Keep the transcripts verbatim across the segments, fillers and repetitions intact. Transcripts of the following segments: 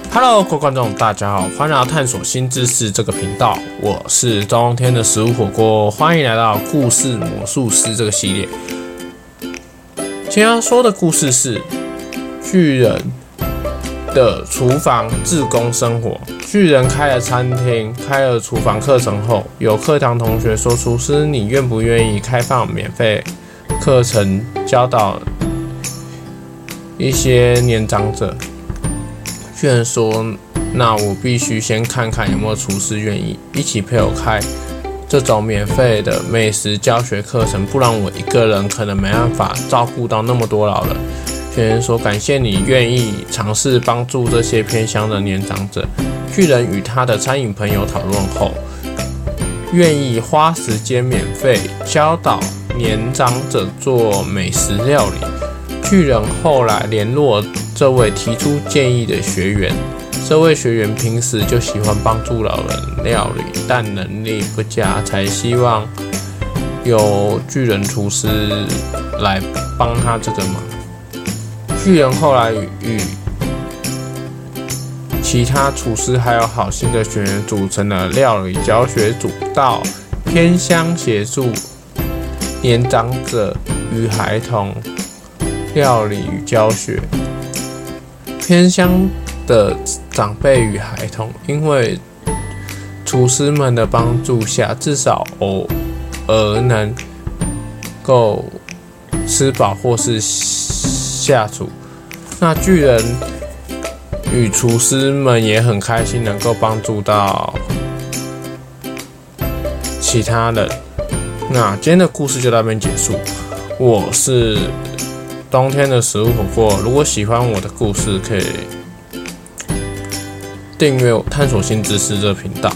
Hello， 各位观众，大家好，欢迎来到探索新知识这个频道，我是冬天的食物火锅，欢迎来到故事魔术师这个系列。今天要说的故事是巨人的厨房志工生活。巨人开了餐厅，开了厨房课程后，有课堂同学说：“厨师，你愿不愿意开放免费课程，教导一些年长者？”巨人说：“那我必须先看看有没有厨师愿意一起陪我开这种免费的美食教学课程，不然我一个人可能没办法照顾到那么多老人。”巨人说：“感谢你愿意尝试帮助这些偏乡的年长者。”巨人与他的餐饮朋友讨论后，愿意花时间免费教导年长者做美食料理。巨人后来联络这位提出建议的学员，这位学员平时就喜欢帮助老人料理，但能力不佳，才希望由巨人厨师来帮他这个忙。巨人后来与其他厨师还有好心的学员组成了料理教学组，到偏乡协助年长者与孩童料理与教学。偏乡的长辈与孩童因为厨师们的帮助下，至少偶尔能够吃饱或是下厨。那巨人与厨师们也很开心能够帮助到其他人。那今天的故事就到这边结束。我是冬天的食物火锅，如果喜欢我的故事，可以订阅探索新知识这个频道。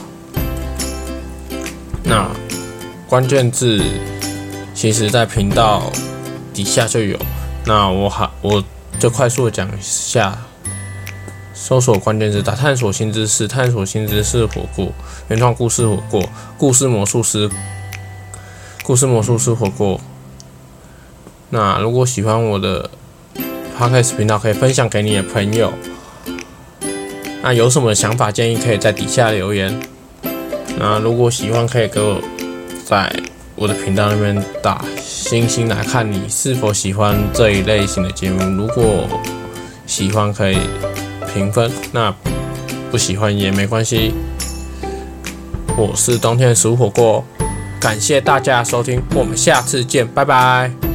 那关键字其实在频道底下就有，那我好我就快速的讲一下。搜索关键字打探索新知识，探索新知识火锅，原创故事火锅，故事魔术师，故事魔术师火锅。那如果喜欢我的 Podcast 频道，可以分享给你的朋友。那有什么想法建议，可以在底下留言。那如果喜欢，可以给我在我的频道那边打星星来看你是否喜欢这一类型的节目。如果喜欢，可以评分，那不喜欢也没关系。我是冬天的食物火锅，感谢大家的收听，我们下次见，拜拜。